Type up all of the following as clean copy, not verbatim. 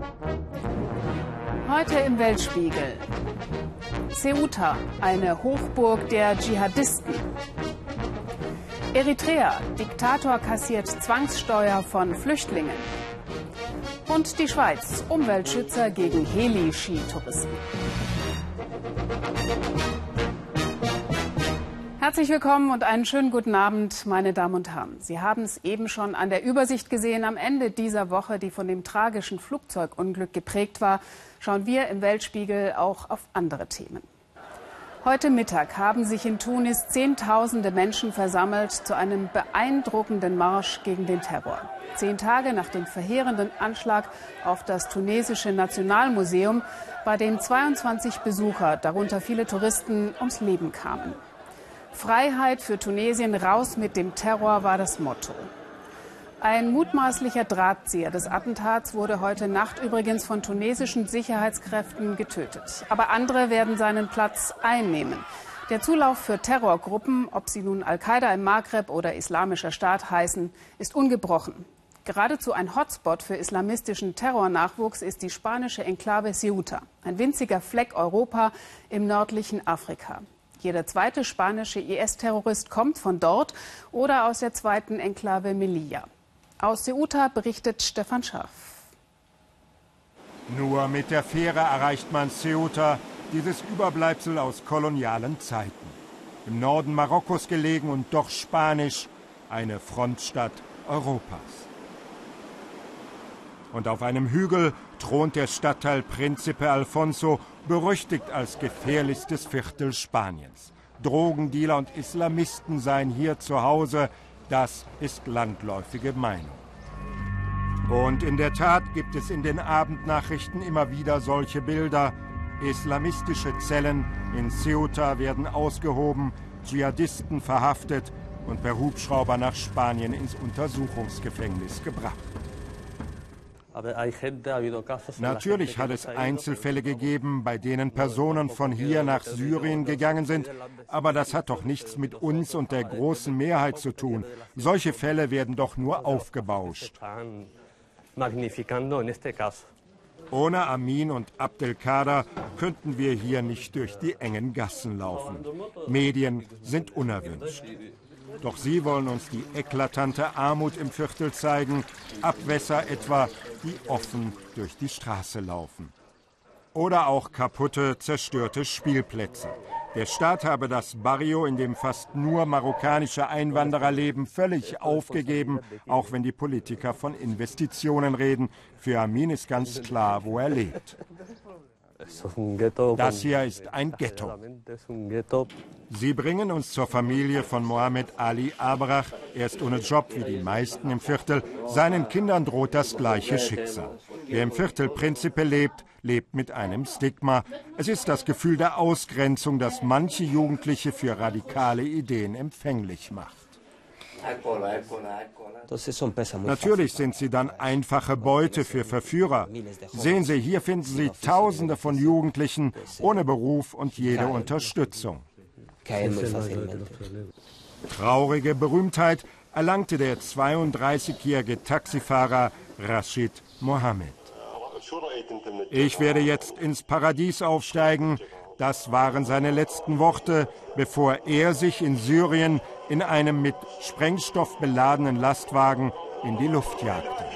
Heute im Weltspiegel. Ceuta, eine Hochburg der Dschihadisten. Eritrea, Diktator kassiert Zwangssteuer von Flüchtlingen. Und die Schweiz, Umweltschützer gegen Heli-Skitouristen. Herzlich willkommen und einen schönen guten Abend, meine Damen und Herren. Sie haben es eben schon an der Übersicht gesehen. Am Ende dieser Woche, die von dem tragischen Flugzeugunglück geprägt war, schauen wir im Weltspiegel auch auf andere Themen. Heute Mittag haben sich in Tunis Zehntausende Menschen versammelt zu einem beeindruckenden Marsch gegen den Terror. 10 Tage nach dem verheerenden Anschlag auf das tunesische Nationalmuseum, bei dem 22 Besucher, darunter viele Touristen, ums Leben kamen. Freiheit für Tunesien, raus mit dem Terror war das Motto. Ein mutmaßlicher Drahtzieher des Attentats wurde heute Nacht übrigens von tunesischen Sicherheitskräften getötet. Aber andere werden seinen Platz einnehmen. Der Zulauf für Terrorgruppen, ob sie nun Al-Qaida im Maghreb oder Islamischer Staat heißen, ist ungebrochen. Geradezu ein Hotspot für islamistischen Terrornachwuchs ist die spanische Enklave Ceuta, ein winziger Fleck Europa im nördlichen Afrika. Jeder zweite spanische IS-Terrorist kommt von dort oder aus der zweiten Enklave Melilla. Aus Ceuta berichtet Stefan Scharf. Nur mit der Fähre erreicht man Ceuta, dieses Überbleibsel aus kolonialen Zeiten. Im Norden Marokkos gelegen und doch spanisch, eine Frontstadt Europas. Und auf einem Hügel thront der Stadtteil Príncipe Alfonso, berüchtigt als gefährlichstes Viertel Spaniens. Drogendealer und Islamisten seien hier zu Hause, das ist landläufige Meinung. Und in der Tat gibt es in den Abendnachrichten immer wieder solche Bilder. Islamistische Zellen in Ceuta werden ausgehoben, Dschihadisten verhaftet und per Hubschrauber nach Spanien ins Untersuchungsgefängnis gebracht. Natürlich hat es Einzelfälle gegeben, bei denen Personen von hier nach Syrien gegangen sind, aber das hat doch nichts mit uns und der großen Mehrheit zu tun. Solche Fälle werden doch nur aufgebauscht. Ohne Amin und Abdelkader könnten wir hier nicht durch die engen Gassen laufen. Medien sind unerwünscht. Doch sie wollen uns die eklatante Armut im Viertel zeigen, Abwässer etwa, die offen durch die Straße laufen. Oder auch kaputte, zerstörte Spielplätze. Der Staat habe das Barrio, in dem fast nur marokkanische Einwanderer leben, völlig aufgegeben, auch wenn die Politiker von Investitionen reden. Für Amin ist ganz klar, wo er lebt. Das hier ist ein Ghetto. Sie bringen uns zur Familie von Mohamed Ali Abrach. Er ist ohne Job wie die meisten im Viertel. Seinen Kindern droht das gleiche Schicksal. Wer im Viertel Príncipe lebt, lebt mit einem Stigma. Es ist das Gefühl der Ausgrenzung, das manche Jugendliche für radikale Ideen empfänglich macht. Natürlich sind sie dann einfache Beute für Verführer. Sehen Sie, hier finden Sie Tausende von Jugendlichen ohne Beruf und jede Unterstützung. Traurige Berühmtheit erlangte der 32-jährige Taxifahrer Rashid Mohammed. Ich werde jetzt ins Paradies aufsteigen. Das waren seine letzten Worte, bevor er sich in Syrien in einem mit Sprengstoff beladenen Lastwagen in die Luft jagte.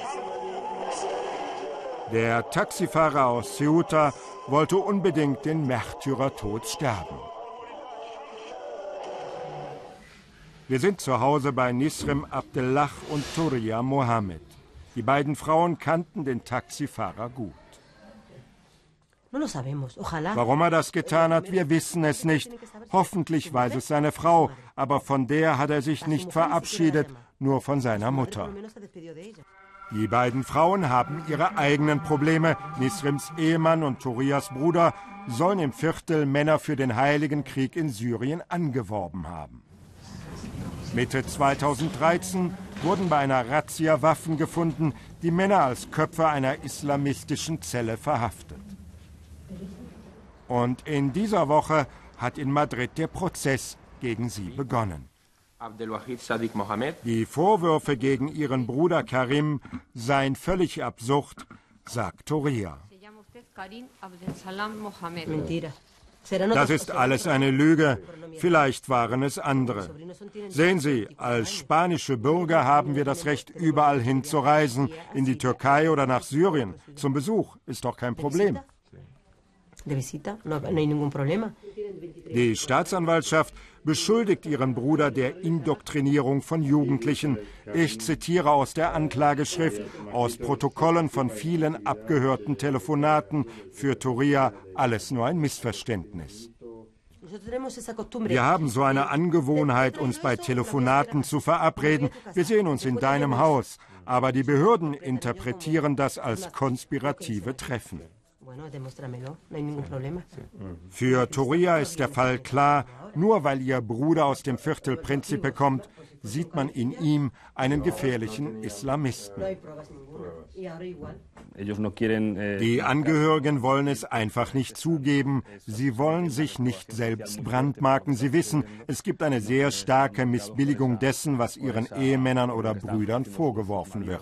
Der Taxifahrer aus Ceuta wollte unbedingt den Märtyrertod sterben. Wir sind zu Hause bei Nisrim Abdellah und Touria Mohammed. Die beiden Frauen kannten den Taxifahrer gut. Warum er das getan hat, wir wissen es nicht. Hoffentlich weiß es seine Frau, aber von der hat er sich nicht verabschiedet, nur von seiner Mutter. Die beiden Frauen haben ihre eigenen Probleme. Nisrims Ehemann und Tourias Bruder sollen im Viertel Männer für den Heiligen Krieg in Syrien angeworben haben. Mitte 2013 wurden bei einer Razzia Waffen gefunden, die Männer als Köpfe einer islamistischen Zelle verhaftet. Und in dieser Woche hat in Madrid der Prozess gegen sie begonnen. Die Vorwürfe gegen ihren Bruder Karim seien völlig absurd. sagt Toria. Das ist alles eine Lüge. Vielleicht waren es andere. Sehen Sie, als spanische Bürger haben wir das Recht, überall hin zu reisen, in die Türkei oder nach Syrien. Zum Besuch ist doch kein Problem. Die Staatsanwaltschaft beschuldigt ihren Bruder der Indoktrinierung von Jugendlichen. Ich zitiere aus der Anklageschrift, aus Protokollen von vielen abgehörten Telefonaten. Für Toria alles nur ein Missverständnis. Wir haben so eine Angewohnheit, uns bei Telefonaten zu verabreden. Wir sehen uns in deinem Haus. Aber die Behörden interpretieren das als konspirative Treffen. Für Toria ist der Fall klar. Nur weil ihr Bruder aus dem Viertel Príncipe kommt, sieht man in ihm einen gefährlichen Islamisten. Die Angehörigen wollen es einfach nicht zugeben. Sie wollen sich nicht selbst brandmarken. Sie wissen, es gibt eine sehr starke Missbilligung dessen, was ihren Ehemännern oder Brüdern vorgeworfen wird.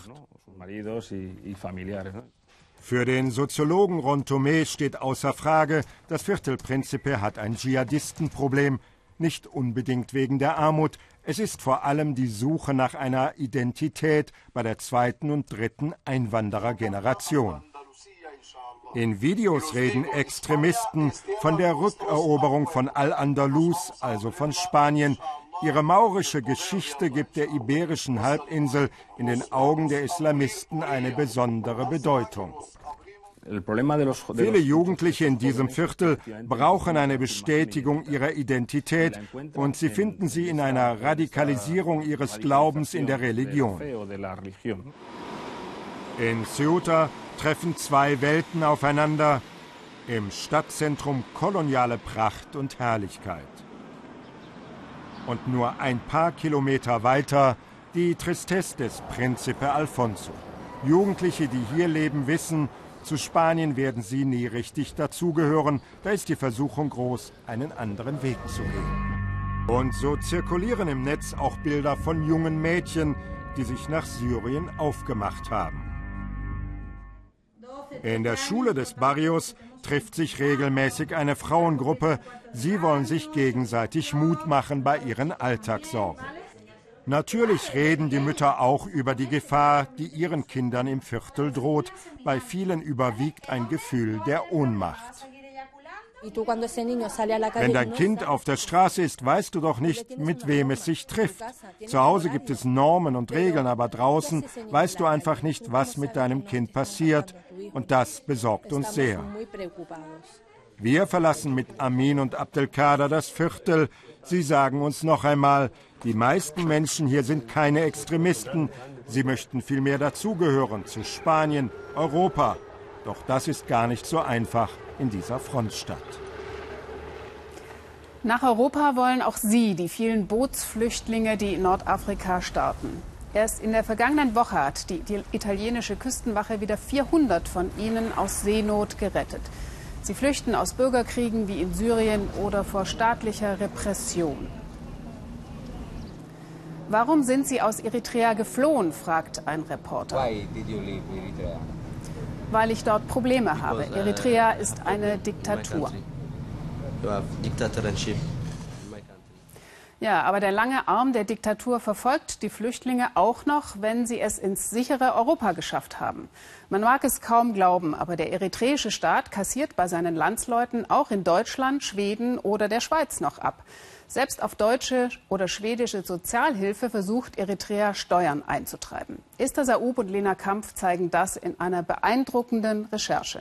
Für den Soziologen Ron Tomé steht außer Frage, das Viertel Príncipe hat ein Dschihadistenproblem, nicht unbedingt wegen der Armut. Es ist vor allem die Suche nach einer Identität bei der zweiten und dritten Einwanderergeneration. In Videos reden Extremisten von der Rückeroberung von Al-Andalus, also von Spanien. Ihre maurische Geschichte gibt der iberischen Halbinsel in den Augen der Islamisten eine besondere Bedeutung. Viele Jugendliche in diesem Viertel brauchen eine Bestätigung ihrer Identität und sie finden sie in einer Radikalisierung ihres Glaubens in der Religion. In Ceuta treffen zwei Welten aufeinander, im Stadtzentrum koloniale Pracht und Herrlichkeit. Und nur ein paar Kilometer weiter die Tristesse des Príncipe Alfonso. Jugendliche, die hier leben, wissen, zu Spanien werden sie nie richtig dazugehören. Da ist die Versuchung groß, einen anderen Weg zu gehen. Und so zirkulieren im Netz auch Bilder von jungen Mädchen, die sich nach Syrien aufgemacht haben. In der Schule des Barrios trifft sich regelmäßig eine Frauengruppe. Sie wollen sich gegenseitig Mut machen bei ihren Alltagssorgen. Natürlich reden die Mütter auch über die Gefahr, die ihren Kindern im Viertel droht. Bei vielen überwiegt ein Gefühl der Ohnmacht. Wenn dein Kind auf der Straße ist, weißt du doch nicht, mit wem es sich trifft. Zu Hause gibt es Normen und Regeln, aber draußen weißt du einfach nicht, was mit deinem Kind passiert. Und das besorgt uns sehr. Wir verlassen mit Amin und Abdelkader das Viertel. Sie sagen uns noch einmal, die meisten Menschen hier sind keine Extremisten. Sie möchten vielmehr dazugehören zu Spanien, Europa. Doch das ist gar nicht so einfach in dieser Frontstadt. Nach Europa wollen auch sie, die vielen Bootsflüchtlinge, die in Nordafrika starten. Erst in der vergangenen Woche hat die italienische Küstenwache wieder 400 von ihnen aus Seenot gerettet. Sie flüchten aus Bürgerkriegen wie in Syrien oder vor staatlicher Repression. Warum sind Sie aus Eritrea geflohen, fragt ein Reporter. Weil ich dort Probleme habe. Eritrea ist eine Diktatur. Ja, aber der lange Arm der Diktatur verfolgt die Flüchtlinge auch noch, wenn sie es ins sichere Europa geschafft haben. Man mag es kaum glauben, aber der eritreische Staat kassiert bei seinen Landsleuten auch in Deutschland, Schweden oder der Schweiz noch ab. Selbst auf deutsche oder schwedische Sozialhilfe versucht Eritrea Steuern einzutreiben. Esther Saub und Lena Kampf zeigen das in einer beeindruckenden Recherche.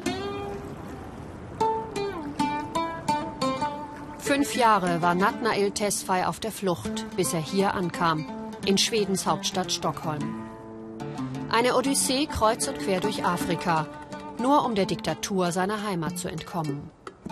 5 Jahre war Nathanael Tesfaye auf der Flucht, bis er hier ankam, in Schwedens Hauptstadt Stockholm. Eine Odyssee kreuz und quer durch Afrika, nur um der Diktatur seiner Heimat zu entkommen.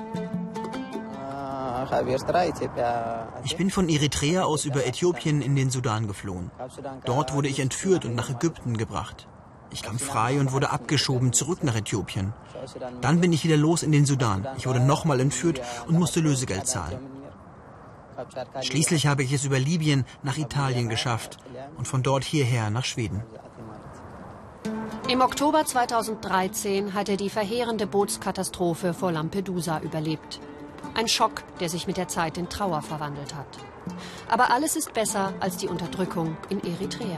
Ich bin von Eritrea aus über Äthiopien in den Sudan geflohen. Dort wurde ich entführt und nach Ägypten gebracht. Ich kam frei und wurde abgeschoben zurück nach Äthiopien. Dann bin ich wieder los in den Sudan. Ich wurde nochmal entführt und musste Lösegeld zahlen. Schließlich habe ich es über Libyen nach Italien geschafft und von dort hierher nach Schweden. Im Oktober 2013 hat er die verheerende Bootskatastrophe vor Lampedusa überlebt. Ein Schock, der sich mit der Zeit in Trauer verwandelt hat. Aber alles ist besser als die Unterdrückung in Eritrea.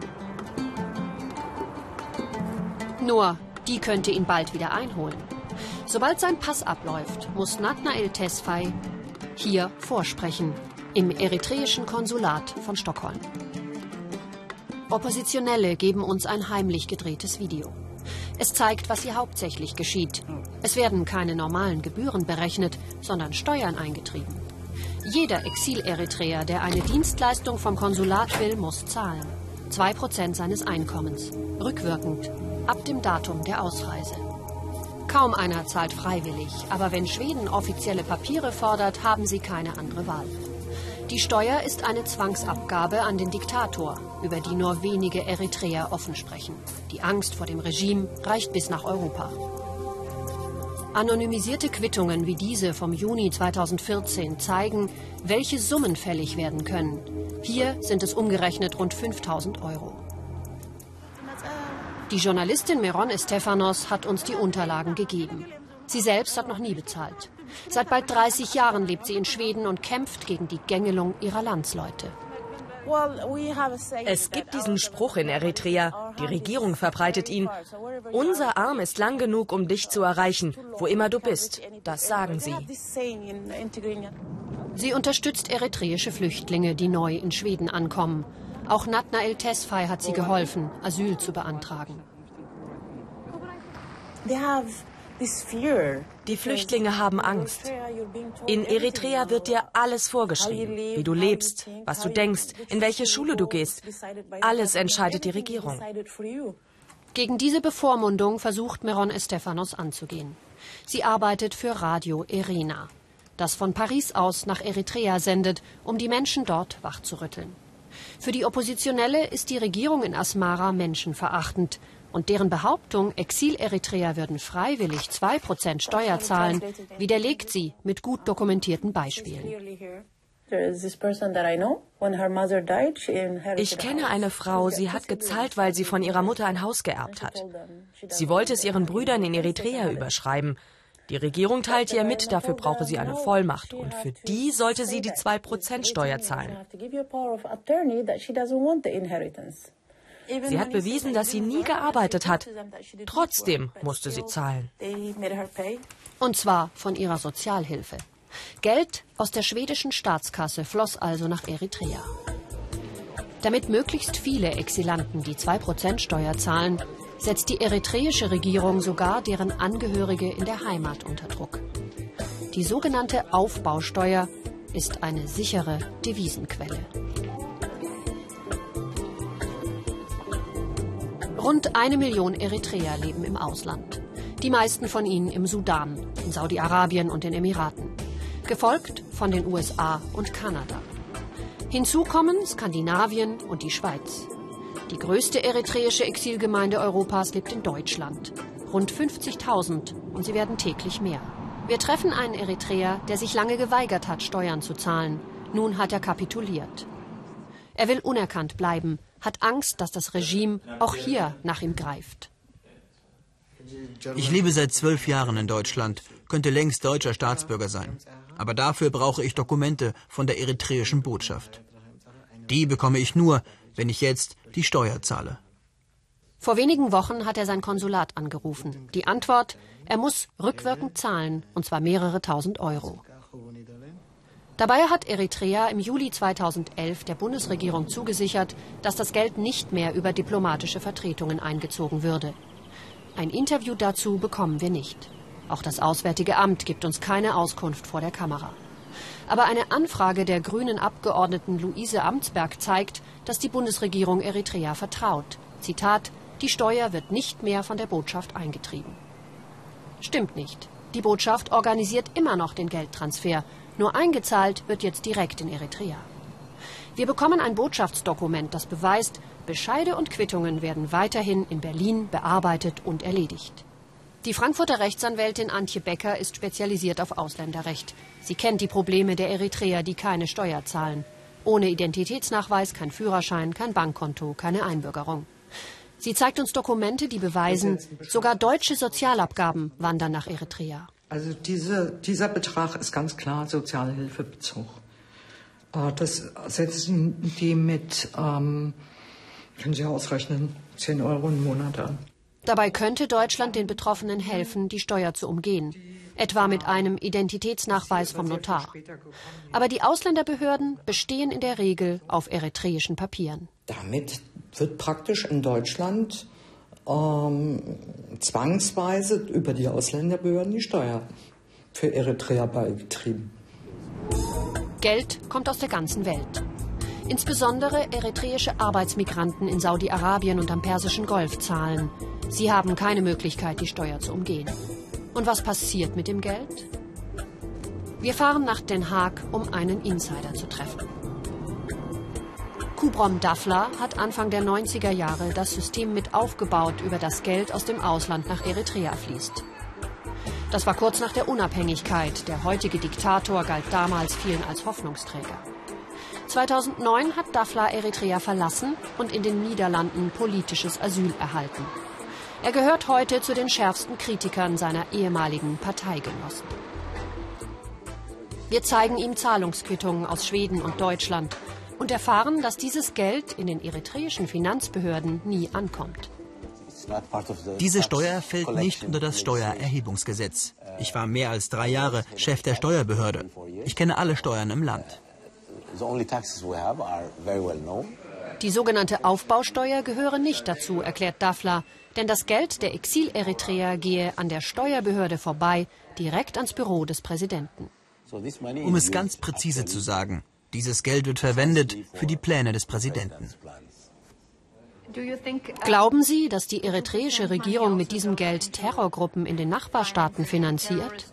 Nur, die könnte ihn bald wieder einholen. Sobald sein Pass abläuft, muss Nathnael Tesfaye hier vorsprechen, im eritreischen Konsulat von Stockholm. Oppositionelle geben uns ein heimlich gedrehtes Video. Es zeigt, was hier hauptsächlich geschieht. Es werden keine normalen Gebühren berechnet, sondern Steuern eingetrieben. Jeder Exil-Eritreer, der eine Dienstleistung vom Konsulat will, muss zahlen. 2% seines Einkommens, rückwirkend, ab dem Datum der Ausreise. Kaum einer zahlt freiwillig, aber wenn Schweden offizielle Papiere fordert, haben sie keine andere Wahl. Die Steuer ist eine Zwangsabgabe an den Diktator, über die nur wenige Eritreer offen sprechen. Die Angst vor dem Regime reicht bis nach Europa. Anonymisierte Quittungen wie diese vom Juni 2014 zeigen, welche Summen fällig werden können. Hier sind es umgerechnet rund 5.000 €. Die Journalistin Meron Stefanos hat uns die Unterlagen gegeben. Sie selbst hat noch nie bezahlt. Seit bald 30 Jahren lebt sie in Schweden und kämpft gegen die Gängelung ihrer Landsleute. Es gibt diesen Spruch in Eritrea, die Regierung verbreitet ihn: Unser Arm ist lang genug, um dich zu erreichen, wo immer du bist. Das sagen sie. Sie unterstützt eritreische Flüchtlinge, die neu in Schweden ankommen. Auch Nathnael Tesfaye hat sie geholfen, Asyl zu beantragen. Die Flüchtlinge haben Angst. In Eritrea wird dir alles vorgeschrieben, wie du lebst, was du denkst, in welche Schule du gehst. Alles entscheidet die Regierung. Gegen diese Bevormundung versucht Meron Stefanos anzugehen. Sie arbeitet für Radio Erena, das von Paris aus nach Eritrea sendet, um die Menschen dort wachzurütteln. Für die Oppositionelle ist die Regierung in Asmara menschenverachtend. Und deren Behauptung, Exil-Eritreer würden freiwillig 2% Steuer zahlen, widerlegt sie mit gut dokumentierten Beispielen. Ich kenne eine Frau, sie hat gezahlt, weil sie von ihrer Mutter ein Haus geerbt hat. Sie wollte es ihren Brüdern in Eritrea überschreiben. Die Regierung teilte ihr mit, dafür brauche sie eine Vollmacht. Und für die sollte sie die 2% Steuer zahlen. Sie hat bewiesen, dass sie nie gearbeitet hat. Trotzdem musste sie zahlen. Und zwar von ihrer Sozialhilfe. Geld aus der schwedischen Staatskasse floss also nach Eritrea. Damit möglichst viele Exilanten die 2% Steuer zahlen, setzt die eritreische Regierung sogar deren Angehörige in der Heimat unter Druck. Die sogenannte Aufbausteuer ist eine sichere Devisenquelle. Rund 1 Million Eritreer leben im Ausland. Die meisten von ihnen im Sudan, in Saudi-Arabien und den Emiraten. Gefolgt von den USA und Kanada. Hinzu kommen Skandinavien und die Schweiz. Die größte eritreische Exilgemeinde Europas lebt in Deutschland. Rund 50.000 und sie werden täglich mehr. Wir treffen einen Eritreer, der sich lange geweigert hat, Steuern zu zahlen. Nun hat er kapituliert. Er will unerkannt bleiben, hat Angst, dass das Regime auch hier nach ihm greift. Ich lebe seit 12 Jahren in Deutschland, könnte längst deutscher Staatsbürger sein. Aber dafür brauche ich Dokumente von der eritreischen Botschaft. Die bekomme ich nur, wenn ich jetzt die Steuer zahle. Vor wenigen Wochen hat er sein Konsulat angerufen. Die Antwort: Er muss rückwirkend zahlen, und zwar mehrere tausend €. Dabei hat Eritrea im Juli 2011 der Bundesregierung zugesichert, dass das Geld nicht mehr über diplomatische Vertretungen eingezogen würde. Ein Interview dazu bekommen wir nicht. Auch das Auswärtige Amt gibt uns keine Auskunft vor der Kamera. Aber eine Anfrage der grünen Abgeordneten Luise Amtsberg zeigt, dass die Bundesregierung Eritrea vertraut. Zitat: Die Steuer wird nicht mehr von der Botschaft eingetrieben. Stimmt nicht. Die Botschaft organisiert immer noch den Geldtransfer. Nur eingezahlt wird jetzt direkt in Eritrea. Wir bekommen ein Botschaftsdokument, das beweist, Bescheide und Quittungen werden weiterhin in Berlin bearbeitet und erledigt. Die Frankfurter Rechtsanwältin Antje Becker ist spezialisiert auf Ausländerrecht. Sie kennt die Probleme der Eritreer, die keine Steuer zahlen. Ohne Identitätsnachweis, kein Führerschein, kein Bankkonto, keine Einbürgerung. Sie zeigt uns Dokumente, die beweisen, sogar deutsche Sozialabgaben wandern nach Eritrea. Also dieser Betrag ist ganz klar Sozialhilfebezug. Das setzen die mit, können Sie ausrechnen, 10 € im Monat an. Dabei könnte Deutschland den Betroffenen helfen, die Steuer zu umgehen. Etwa mit einem Identitätsnachweis vom Notar. Aber die Ausländerbehörden bestehen in der Regel auf eritreischen Papieren. Damit wird praktisch in Deutschland zwangsweise über die Ausländerbehörden die Steuer für Eritrea beigetrieben. Geld kommt aus der ganzen Welt. Insbesondere eritreische Arbeitsmigranten in Saudi-Arabien und am Persischen Golf zahlen. Sie haben keine Möglichkeit, die Steuer zu umgehen. Und was passiert mit dem Geld? Wir fahren nach Den Haag, um einen Insider zu treffen. Kubrom Dafla hat Anfang der 90er Jahre das System mit aufgebaut, über das Geld aus dem Ausland nach Eritrea fließt. Das war kurz nach der Unabhängigkeit. Der heutige Diktator galt damals vielen als Hoffnungsträger. 2009 hat Dafla Eritrea verlassen und in den Niederlanden politisches Asyl erhalten. Er gehört heute zu den schärfsten Kritikern seiner ehemaligen Parteigenossen. Wir zeigen ihm Zahlungsquittungen aus Schweden und Deutschland und erfahren, dass dieses Geld in den eritreischen Finanzbehörden nie ankommt. Diese Steuer fällt nicht unter das Steuererhebungsgesetz. Ich war mehr als 3 Jahre Chef der Steuerbehörde. Ich kenne alle Steuern im Land. Die sogenannte Aufbausteuer gehöre nicht dazu, erklärt Dafla, denn das Geld der Exil-Eritreer gehe an der Steuerbehörde vorbei, direkt ans Büro des Präsidenten. Um es ganz präzise zu sagen, dieses Geld wird verwendet für die Pläne des Präsidenten. Glauben Sie, dass die eritreische Regierung mit diesem Geld Terrorgruppen in den Nachbarstaaten finanziert?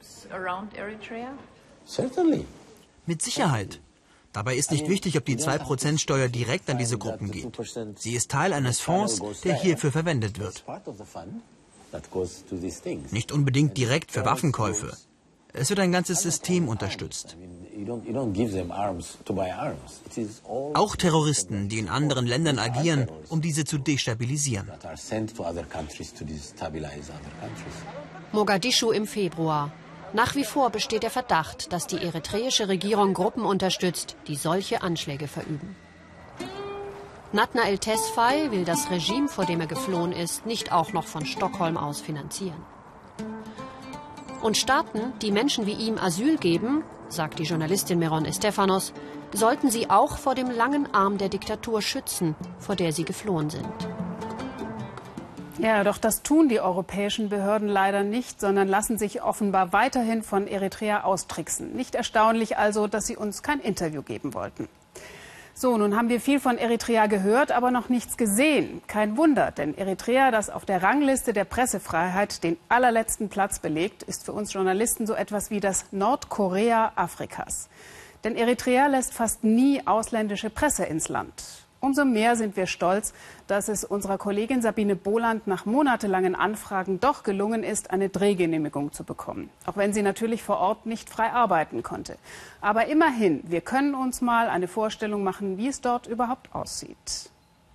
Mit Sicherheit. Dabei ist nicht wichtig, ob die 2% Steuer direkt an diese Gruppen geht. Sie ist Teil eines Fonds, der hierfür verwendet wird. Nicht unbedingt direkt für Waffenkäufe. Es wird ein ganzes System unterstützt. Auch Terroristen, die in anderen Ländern agieren, um diese zu destabilisieren. Mogadischu im Februar. Nach wie vor besteht der Verdacht, dass die eritreische Regierung Gruppen unterstützt, die solche Anschläge verüben. Nathanael Tesfaye will das Regime, vor dem er geflohen ist, nicht auch noch von Stockholm aus finanzieren. Und Staaten, die Menschen wie ihm Asyl geben, sagt die Journalistin Meron Estefanos, sollten sie auch vor dem langen Arm der Diktatur schützen, vor der sie geflohen sind. Ja, doch das tun die europäischen Behörden leider nicht, sondern lassen sich offenbar weiterhin von Eritrea austricksen. Nicht erstaunlich also, dass sie uns kein Interview geben wollten. So, nun haben wir viel von Eritrea gehört, aber noch nichts gesehen. Kein Wunder, denn Eritrea, das auf der Rangliste der Pressefreiheit den allerletzten Platz belegt, ist für uns Journalisten so etwas wie das Nordkorea Afrikas. Denn Eritrea lässt fast nie ausländische Presse ins Land. Umso mehr sind wir stolz, dass es unserer Kollegin Sabine Boland nach monatelangen Anfragen doch gelungen ist, eine Drehgenehmigung zu bekommen. Auch wenn sie natürlich vor Ort nicht frei arbeiten konnte. Aber immerhin, wir können uns mal eine Vorstellung machen, wie es dort überhaupt aussieht.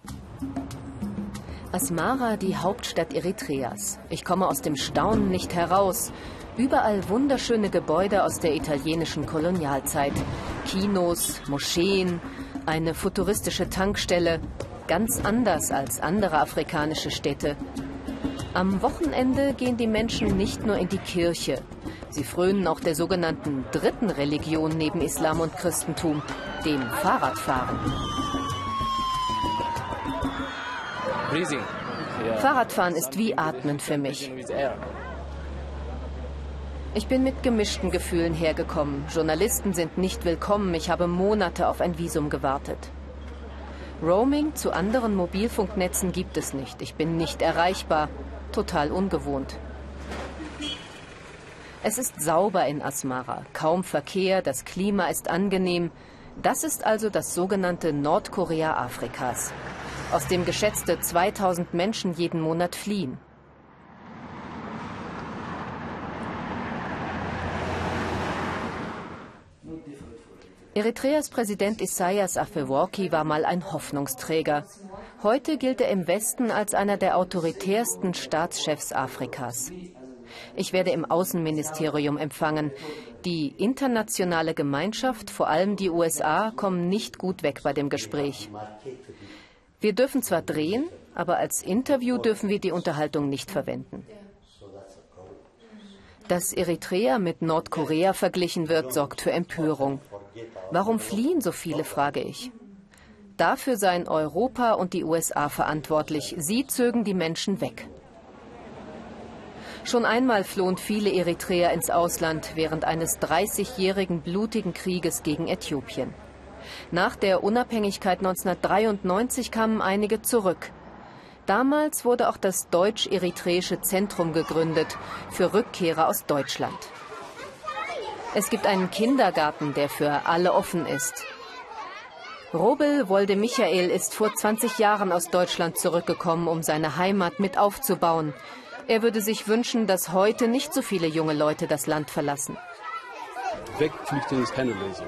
Asmara, die Hauptstadt Eritreas. Ich komme aus dem Staunen nicht heraus. Überall wunderschöne Gebäude aus der italienischen Kolonialzeit. Kinos, Moscheen, eine futuristische Tankstelle. Ganz anders als andere afrikanische Städte. Am Wochenende gehen die Menschen nicht nur in die Kirche. Sie frönen auch der sogenannten dritten Religion neben Islam und Christentum, dem Fahrradfahren. Fahrradfahren ist wie Atmen für mich. Ich bin mit gemischten Gefühlen hergekommen. Journalisten sind nicht willkommen. Ich habe Monate auf ein Visum gewartet. Roaming zu anderen Mobilfunknetzen gibt es nicht. Ich bin nicht erreichbar. Total ungewohnt. Es ist sauber in Asmara. Kaum Verkehr, das Klima ist angenehm. Das ist also das sogenannte Nordkorea Afrikas, aus dem geschätzte 2000 Menschen jeden Monat fliehen. Eritreas Präsident Isaias Afwerki war mal ein Hoffnungsträger. Heute gilt er im Westen als einer der autoritärsten Staatschefs Afrikas. Ich werde im Außenministerium empfangen. Die internationale Gemeinschaft, vor allem die USA, kommen nicht gut weg bei dem Gespräch. Wir dürfen zwar drehen, aber als Interview dürfen wir die Unterhaltung nicht verwenden. Dass Eritrea mit Nordkorea verglichen wird, sorgt für Empörung. Warum fliehen so viele, frage ich. Dafür seien Europa und die USA verantwortlich. Sie zögen die Menschen weg. Schon einmal flohen viele Eritreer ins Ausland während eines 30-jährigen blutigen Krieges gegen Äthiopien. Nach der Unabhängigkeit 1993 kamen einige zurück. Damals wurde auch das Deutsch-Eritreische Zentrum gegründet für Rückkehrer aus Deutschland. Es gibt einen Kindergarten, der für alle offen ist. Robel Wolde Michael ist vor 20 Jahren aus Deutschland zurückgekommen, um seine Heimat mit aufzubauen. Er würde sich wünschen, dass heute nicht so viele junge Leute das Land verlassen. Wegflüchten ist keine Lösung.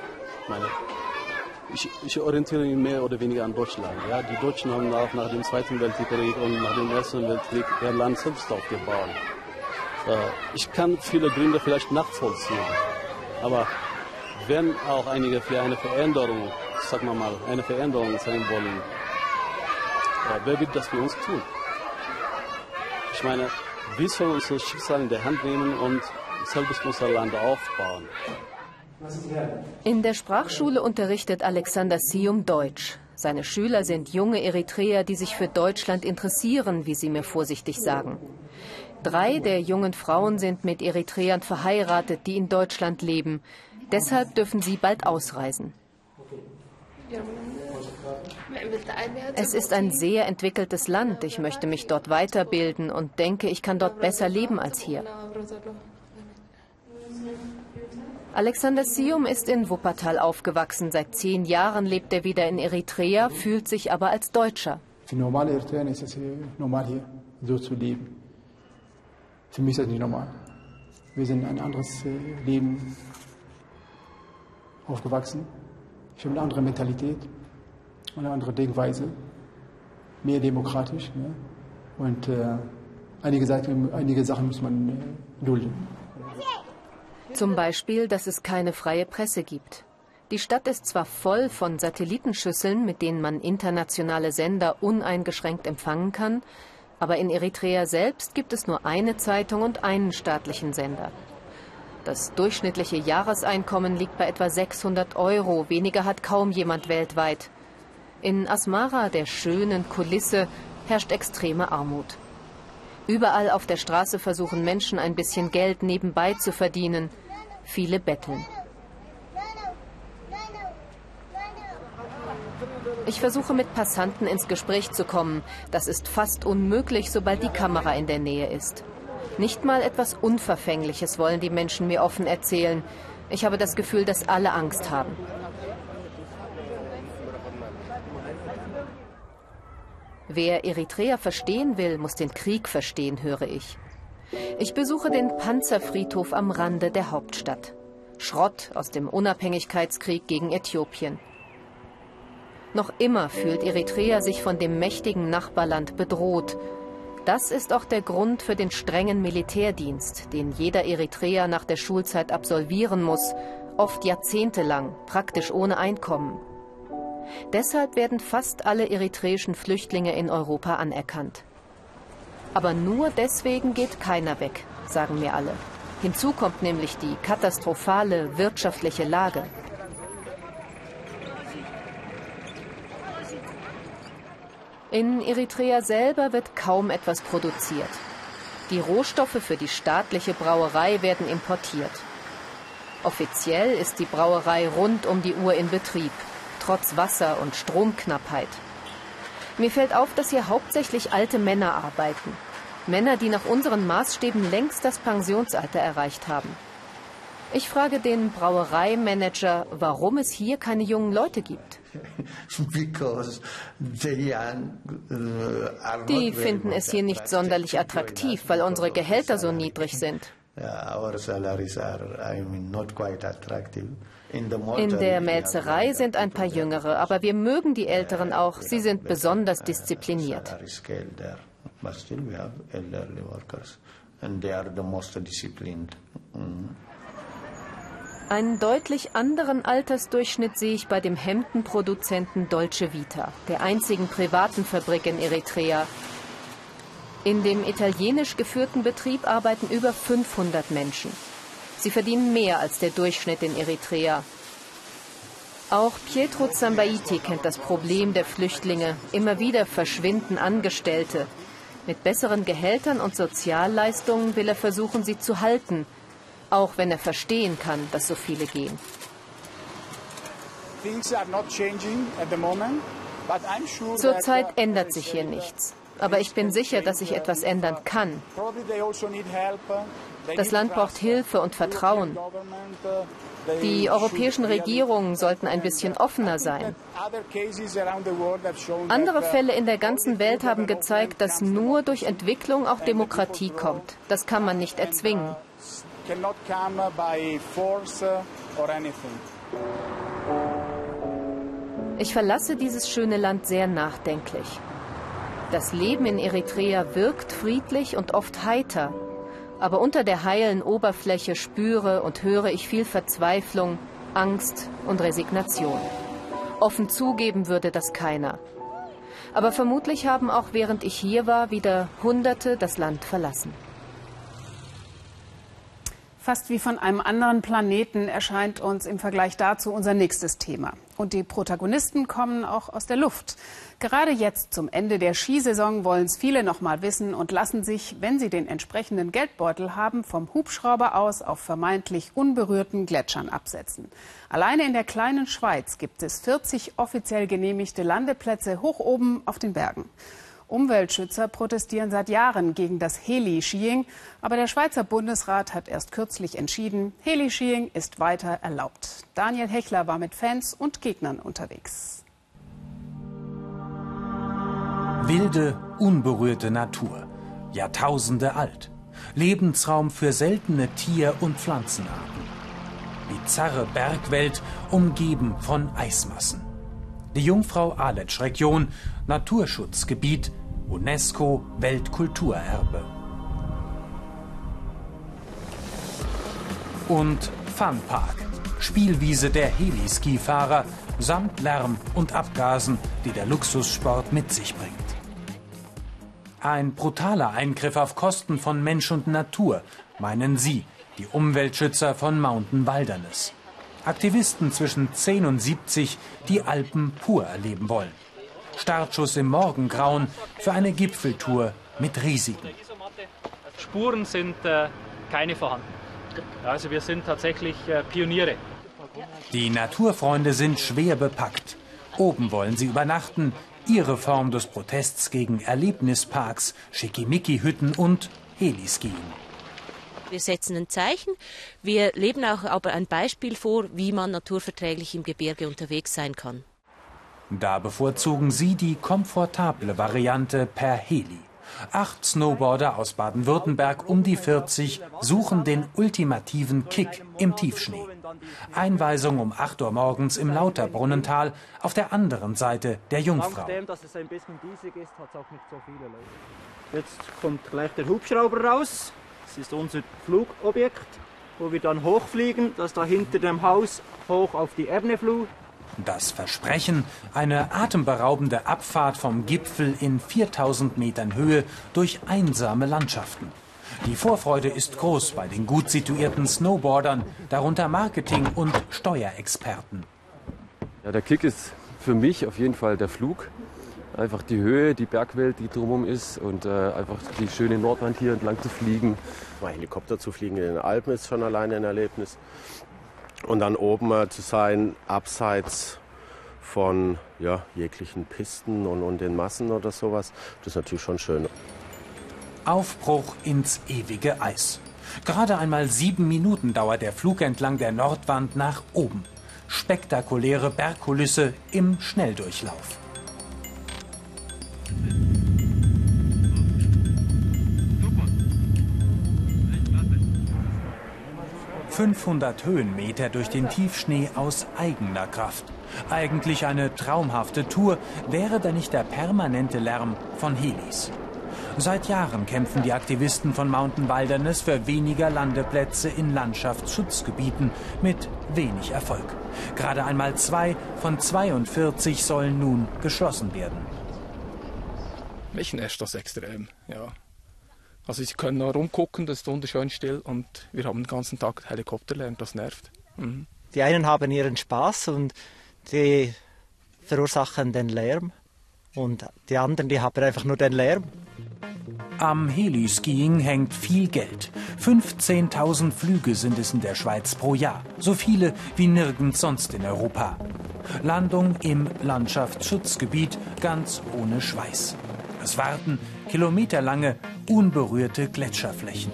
Ich orientiere mich mehr oder weniger an Deutschland. Ja, die Deutschen haben auch nach dem Zweiten Weltkrieg und nach dem Ersten Weltkrieg ihr Land selbst aufgebaut. Ich kann viele Gründe vielleicht nachvollziehen. Aber wenn auch einige für eine Veränderung, sagen wir mal, eine Veränderung sein wollen, wer wird das für uns tun? Ich meine, wir sollen unser Schicksal in der Hand nehmen und selbst unser Land aufbauen. In der Sprachschule unterrichtet Alexander Sium Deutsch. Seine Schüler sind junge Eritreer, die sich für Deutschland interessieren, wie sie mir vorsichtig sagen. 3 der jungen Frauen sind mit Eritreern verheiratet, die in Deutschland leben. Deshalb dürfen sie bald ausreisen. Es ist ein sehr entwickeltes Land. Ich möchte mich dort weiterbilden und denke, ich kann dort besser leben als hier. Alexander Sium ist in Wuppertal aufgewachsen. Seit 10 Jahren lebt er wieder in Eritrea, fühlt sich aber als Deutscher. Für normale Eritreer ist es normal, hier so zu leben. Für mich ist das nicht normal. Wir sind ein anderes Leben aufgewachsen. Ich habe eine andere Mentalität, eine andere Denkweise, mehr demokratisch. Ne? Und einige Sachen muss man dulden. Zum Beispiel, dass es keine freie Presse gibt. Die Stadt ist zwar voll von Satellitenschüsseln, mit denen man internationale Sender uneingeschränkt empfangen kann, aber in Eritrea selbst gibt es nur eine Zeitung und einen staatlichen Sender. Das durchschnittliche Jahreseinkommen liegt bei etwa 600 €. Weniger hat kaum jemand weltweit. In Asmara, der schönen Kulisse, herrscht extreme Armut. Überall auf der Straße versuchen Menschen ein bisschen Geld nebenbei zu verdienen. Viele betteln. Ich versuche mit Passanten ins Gespräch zu kommen. Das ist fast unmöglich, sobald die Kamera in der Nähe ist. Nicht mal etwas Unverfängliches wollen die Menschen mir offen erzählen. Ich habe das Gefühl, dass alle Angst haben. Wer Eritrea verstehen will, muss den Krieg verstehen, höre ich. Ich besuche den Panzerfriedhof am Rande der Hauptstadt. Schrott aus dem Unabhängigkeitskrieg gegen Äthiopien. Noch immer fühlt Eritrea sich von dem mächtigen Nachbarland bedroht. Das ist auch der Grund für den strengen Militärdienst, den jeder Eritreer nach der Schulzeit absolvieren muss, oft jahrzehntelang, praktisch ohne Einkommen. Deshalb werden fast alle eritreischen Flüchtlinge in Europa anerkannt. Aber nur deswegen geht keiner weg, sagen mir alle. Hinzu kommt nämlich die katastrophale wirtschaftliche Lage. In Eritrea selber wird kaum etwas produziert. Die Rohstoffe für die staatliche Brauerei werden importiert. Offiziell ist die Brauerei rund um die Uhr in Betrieb, trotz Wasser- und Stromknappheit. Mir fällt auf, dass hier hauptsächlich alte Männer arbeiten. Männer, die nach unseren Maßstäben längst das Pensionsalter erreicht haben. Ich frage den Brauereimanager, warum es hier keine jungen Leute gibt. Die finden es hier nicht sonderlich attraktiv, weil unsere Gehälter so niedrig sind. In der Melzerei sind ein paar Jüngere, aber wir mögen die Älteren auch. Sie sind besonders diszipliniert. Einen deutlich anderen Altersdurchschnitt sehe ich bei dem Hemdenproduzenten Dolce Vita, der einzigen privaten Fabrik in Eritrea. In dem italienisch geführten Betrieb arbeiten über 500 Menschen. Sie verdienen mehr als der Durchschnitt in Eritrea. Auch Pietro Zambaiti kennt das Problem der Flüchtlinge. Immer wieder verschwinden Angestellte. Mit besseren Gehältern und Sozialleistungen will er versuchen, sie zu halten. Auch wenn er verstehen kann, dass so viele gehen. Zurzeit ändert sich hier nichts. Aber ich bin sicher, dass sich etwas ändern kann. Das Land braucht Hilfe und Vertrauen. Die europäischen Regierungen sollten ein bisschen offener sein. Andere Fälle in der ganzen Welt haben gezeigt, dass nur durch Entwicklung auch Demokratie kommt. Das kann man nicht erzwingen. Ich verlasse dieses schöne Land sehr nachdenklich. Das Leben in Eritrea wirkt friedlich und oft heiter. Aber unter der heilen Oberfläche spüre und höre ich viel Verzweiflung, Angst und Resignation. Offen zugeben würde das keiner. Aber vermutlich haben auch während ich hier war wieder Hunderte das Land verlassen. Fast wie von einem anderen Planeten erscheint uns im Vergleich dazu unser nächstes Thema. Und die Protagonisten kommen auch aus der Luft. Gerade jetzt zum Ende der Skisaison wollen es viele noch mal wissen und lassen sich, wenn sie den entsprechenden Geldbeutel haben, vom Hubschrauber aus auf vermeintlich unberührten Gletschern absetzen. Alleine in der kleinen Schweiz gibt es 40 offiziell genehmigte Landeplätze hoch oben auf den Bergen. Umweltschützer protestieren seit Jahren gegen das Heli-Skiing, aber der Schweizer Bundesrat hat erst kürzlich entschieden, Heli-Skiing ist weiter erlaubt. Daniel Hechler war mit Fans und Gegnern unterwegs. Wilde, unberührte Natur, Jahrtausende alt, Lebensraum für seltene Tier- und Pflanzenarten. Bizarre Bergwelt, umgeben von Eismassen. Die Jungfrau-Aletsch-Region, Naturschutzgebiet, UNESCO Weltkulturerbe. Und Funpark, Spielwiese der Heliskifahrer, samt Lärm und Abgasen, die der Luxussport mit sich bringt. Ein brutaler Eingriff auf Kosten von Mensch und Natur, meinen sie, die Umweltschützer von Mountain Wilderness. Aktivisten zwischen 10 und 70, die Alpen pur erleben wollen. Startschuss im Morgengrauen für eine Gipfeltour mit Risiken. Spuren sind keine vorhanden. Also wir sind tatsächlich Pioniere. Die Naturfreunde sind schwer bepackt. Oben wollen sie übernachten. Ihre Form des Protests gegen Erlebnisparks, Schickimicki-Hütten und Heliskiing. Wir setzen ein Zeichen. Wir leben auch aber ein Beispiel vor, wie man naturverträglich im Gebirge unterwegs sein kann. Da bevorzugen sie die komfortable Variante per Heli. 8 Snowboarder aus Baden-Württemberg um die 40 suchen den ultimativen Kick im Tiefschnee. Einweisung um 8 Uhr morgens im Lauterbrunnental auf der anderen Seite der Jungfrau. Jetzt kommt gleich der Hubschrauber raus. Das ist unser Flugobjekt, wo wir dann hochfliegen, das da hinter dem Haus hoch auf die Ebene flog. Das Versprechen, eine atemberaubende Abfahrt vom Gipfel in 4000 Metern Höhe durch einsame Landschaften. Die Vorfreude ist groß bei den gut situierten Snowboardern, darunter Marketing- und Steuerexperten. Ja, der Kick ist für mich auf jeden Fall der Flug. Einfach die Höhe, die Bergwelt, die drumherum ist und einfach die schöne Nordwand hier entlang zu fliegen. Mal Helikopter zu fliegen in den Alpen ist schon alleine ein Erlebnis. Und dann oben zu sein, abseits von jeglichen Pisten und den Massen oder sowas, das ist natürlich schon schön. Aufbruch ins ewige Eis. Gerade einmal 7 Minuten dauert der Flug entlang der Nordwand nach oben. Spektakuläre Bergkulisse im Schnelldurchlauf. 500 Höhenmeter durch den Tiefschnee aus eigener Kraft. Eigentlich eine traumhafte Tour, wäre da nicht der permanente Lärm von Helis. Seit Jahren kämpfen die Aktivisten von Mountain Wilderness für weniger Landeplätze in Landschaftsschutzgebieten mit wenig Erfolg. Gerade einmal 2 von 42 sollen nun geschlossen werden. Mich nervt das extrem, ja. Also Sie können noch rumgucken, das ist wunderschön still und wir haben den ganzen Tag Helikopterlärm, das nervt. Mhm. Die einen haben ihren Spaß und die verursachen den Lärm und die anderen, die haben einfach nur den Lärm. Am Heliskiing hängt viel Geld. 15.000 Flüge sind es in der Schweiz pro Jahr. So viele wie nirgends sonst in Europa. Landung im Landschaftsschutzgebiet ganz ohne Schweiß. Es warten kilometerlange, unberührte Gletscherflächen.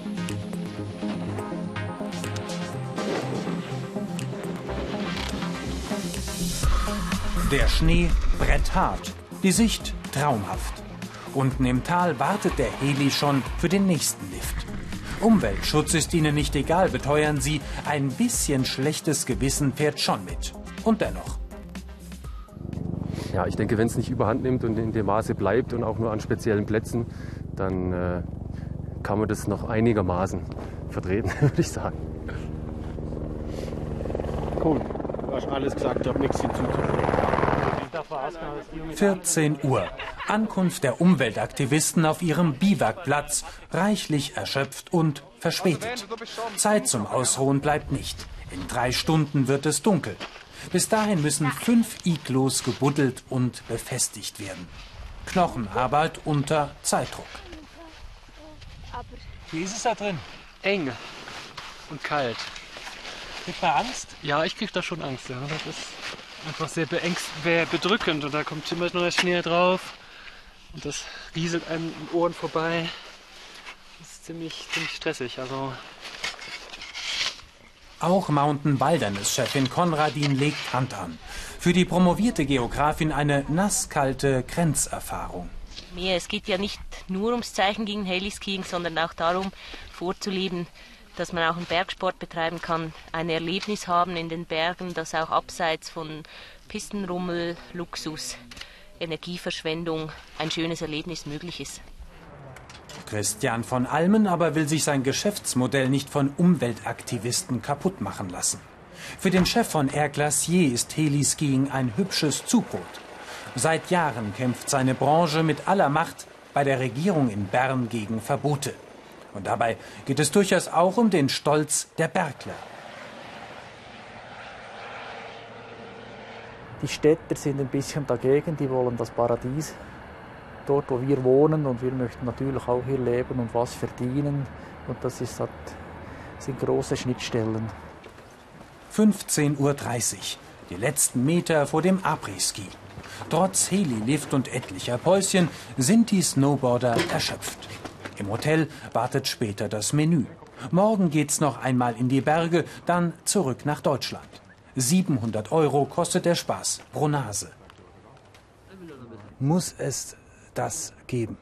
Der Schnee bretthart, die Sicht traumhaft. Unten im Tal wartet der Heli schon für den nächsten Lift. Umweltschutz ist ihnen nicht egal, beteuern sie. Ein bisschen schlechtes Gewissen fährt schon mit. Und dennoch. Ja, ich denke, wenn es nicht überhand nimmt und in dem Maße bleibt und auch nur an speziellen Plätzen, dann kann man das noch einigermaßen vertreten, würde ich sagen. Cool, du hast alles gesagt, ich habe nichts hinzuzufügen. 14 Uhr. Ankunft der Umweltaktivisten auf ihrem Biwakplatz, reichlich erschöpft und verspätet. Zeit zum Ausruhen bleibt nicht. In 3 Stunden wird es dunkel. Bis dahin müssen 5 Igloos gebuddelt und befestigt werden. Knochenarbeit unter Zeitdruck. Wie ist es da drin? Eng und kalt. Kriegt man Angst? Ja, ich krieg da schon Angst. Ja. Das ist einfach sehr bedrückend und da kommt immer noch Schnee drauf und das rieselt einem in den Ohren vorbei. Das ist ziemlich stressig. Also auch Mountain Wilderness-Chefin Konradin legt Hand an. Für die promovierte Geografin eine nasskalte Grenzerfahrung. Es geht ja nicht nur ums Zeichen gegen Heliskiing, sondern auch darum, vorzuleben, dass man auch einen Bergsport betreiben kann, ein Erlebnis haben in den Bergen, das auch abseits von Pistenrummel, Luxus, Energieverschwendung ein schönes Erlebnis möglich ist. Christian von Almen aber will sich sein Geschäftsmodell nicht von Umweltaktivisten kaputt machen lassen. Für den Chef von Air Glacier ist Heliskiing ein hübsches Zubrot. Seit Jahren kämpft seine Branche mit aller Macht bei der Regierung in Bern gegen Verbote. Und dabei geht es durchaus auch um den Stolz der Bergler. Die Städter sind ein bisschen dagegen, die wollen das Paradies dort, wo wir wohnen, und wir möchten natürlich auch hier leben und was verdienen. Und das sind große Schnittstellen. 15:30 Uhr, die letzten Meter vor dem Après-Ski. Trotz Heli-Lift und etlicher Päuschen sind die Snowboarder erschöpft. Im Hotel wartet später das Menü. Morgen geht's noch einmal in die Berge, dann zurück nach Deutschland. 700 € kostet der Spaß pro Nase. Muss es das geben?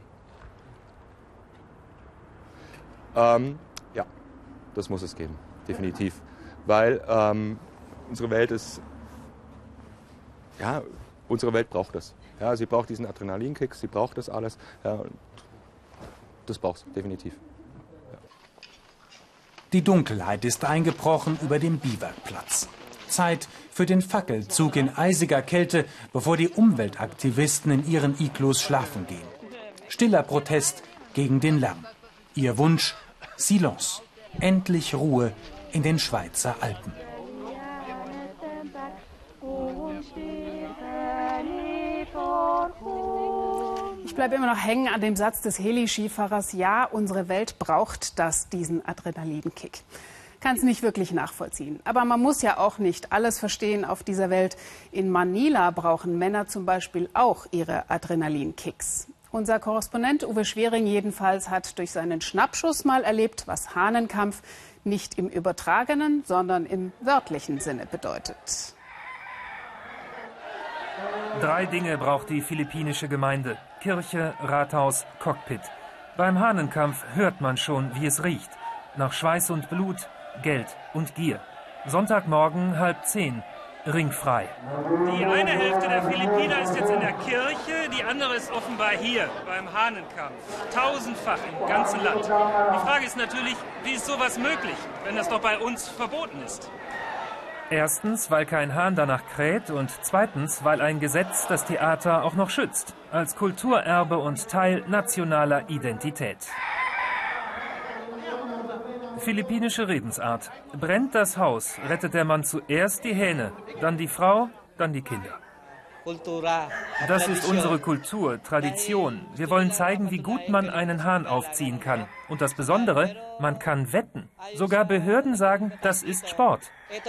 Ja, das muss es geben, definitiv. Weil unsere Welt ist, ja, unsere Welt braucht das. Ja, sie braucht diesen Adrenalinkick, sie braucht das alles. Ja, und das braucht es, definitiv. Ja. Die Dunkelheit ist eingebrochen über dem Biwakplatz. Zeit für den Fackelzug in eisiger Kälte, bevor die Umweltaktivisten in ihren Igloos schlafen gehen. Stiller Protest gegen den Lärm. Ihr Wunsch: Silence. Endlich Ruhe in den Schweizer Alpen. Ich bleibe immer noch hängen an dem Satz des Heli-Skifahrers: Ja, unsere Welt braucht diesen Adrenalinkick. Kann es nicht wirklich nachvollziehen. Aber man muss ja auch nicht alles verstehen auf dieser Welt. In Manila brauchen Männer zum Beispiel auch ihre Adrenalinkicks. Unser Korrespondent Uwe Schwering jedenfalls hat durch seinen Schnappschuss mal erlebt, was Hahnenkampf nicht im übertragenen, sondern im wörtlichen Sinne bedeutet. 3 Dinge braucht die philippinische Gemeinde: Kirche, Rathaus, Cockpit. Beim Hahnenkampf hört man schon, wie es riecht. Nach Schweiß und Blut, Geld und Gier. Sonntagmorgen 9:30, ringfrei. Die eine Hälfte der Philippiner ist jetzt in der Kirche, die andere ist offenbar hier beim Hahnenkampf. Tausendfach im ganzen Land. Die Frage ist natürlich, wie ist sowas möglich, wenn das doch bei uns verboten ist? Erstens, weil kein Hahn danach kräht und zweitens, weil ein Gesetz das Theater auch noch schützt. Als Kulturerbe und Teil nationaler Identität. Philippinische Redensart. Brennt das Haus, rettet der Mann zuerst die Hähne, dann die Frau, dann die Kinder. Das ist unsere Kultur, Tradition. Wir wollen zeigen, wie gut man einen Hahn aufziehen kann. Und das Besondere, man kann wetten. Sogar Behörden sagen, das ist Sport.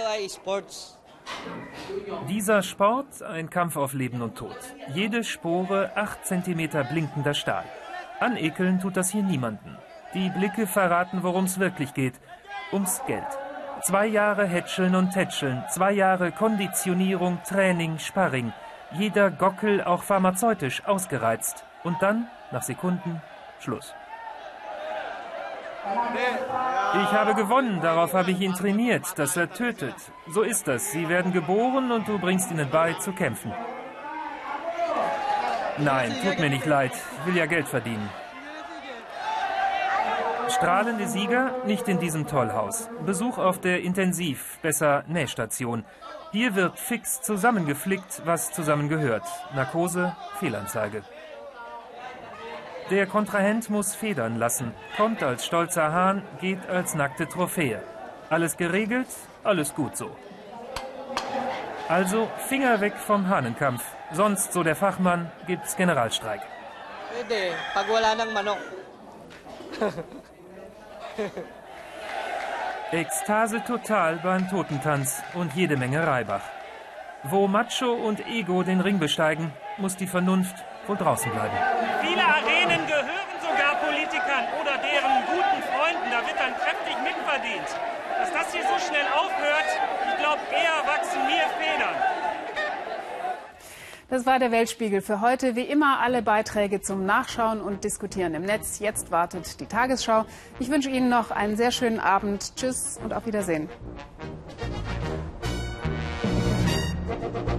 Dieser Sport, ein Kampf auf Leben und Tod. Jede Spore 8 cm blinkender Stahl. Anekeln tut das hier niemanden. Die Blicke verraten, worum es wirklich geht. Ums Geld. 2 Jahre Hätscheln und Tätscheln, 2 Jahre Konditionierung, Training, Sparring. Jeder Gockel, auch pharmazeutisch, ausgereizt. Und dann, nach Sekunden, Schluss. Ich habe gewonnen, darauf habe ich ihn trainiert, dass er tötet. So ist das, sie werden geboren und du bringst ihnen bei, zu kämpfen. Nein, tut mir nicht leid, ich will ja Geld verdienen. Strahlende Sieger nicht in diesem Tollhaus. Besuch auf der Intensiv, besser Nähstation. Hier wird fix zusammengeflickt, was zusammengehört. Narkose, Fehlanzeige. Der Kontrahent muss federn lassen. Kommt als stolzer Hahn, geht als nackte Trophäe. Alles geregelt, alles gut so. Also Finger weg vom Hahnenkampf. Sonst, so der Fachmann, gibt's Generalstreik. Ekstase total beim Totentanz und jede Menge Reibach. Wo Macho und Ego den Ring besteigen, muss die Vernunft wohl draußen bleiben. Viele Arenen gehören sogar Politikern oder deren guten Freunden. Da wird dann kräftig mitverdient. Dass das hier so schnell aufhört, ich glaube, eher wachsen mir Federn. Das war der Weltspiegel für heute. Wie immer alle Beiträge zum Nachschauen und Diskutieren im Netz. Jetzt wartet die Tagesschau. Ich wünsche Ihnen noch einen sehr schönen Abend. Tschüss und auf Wiedersehen.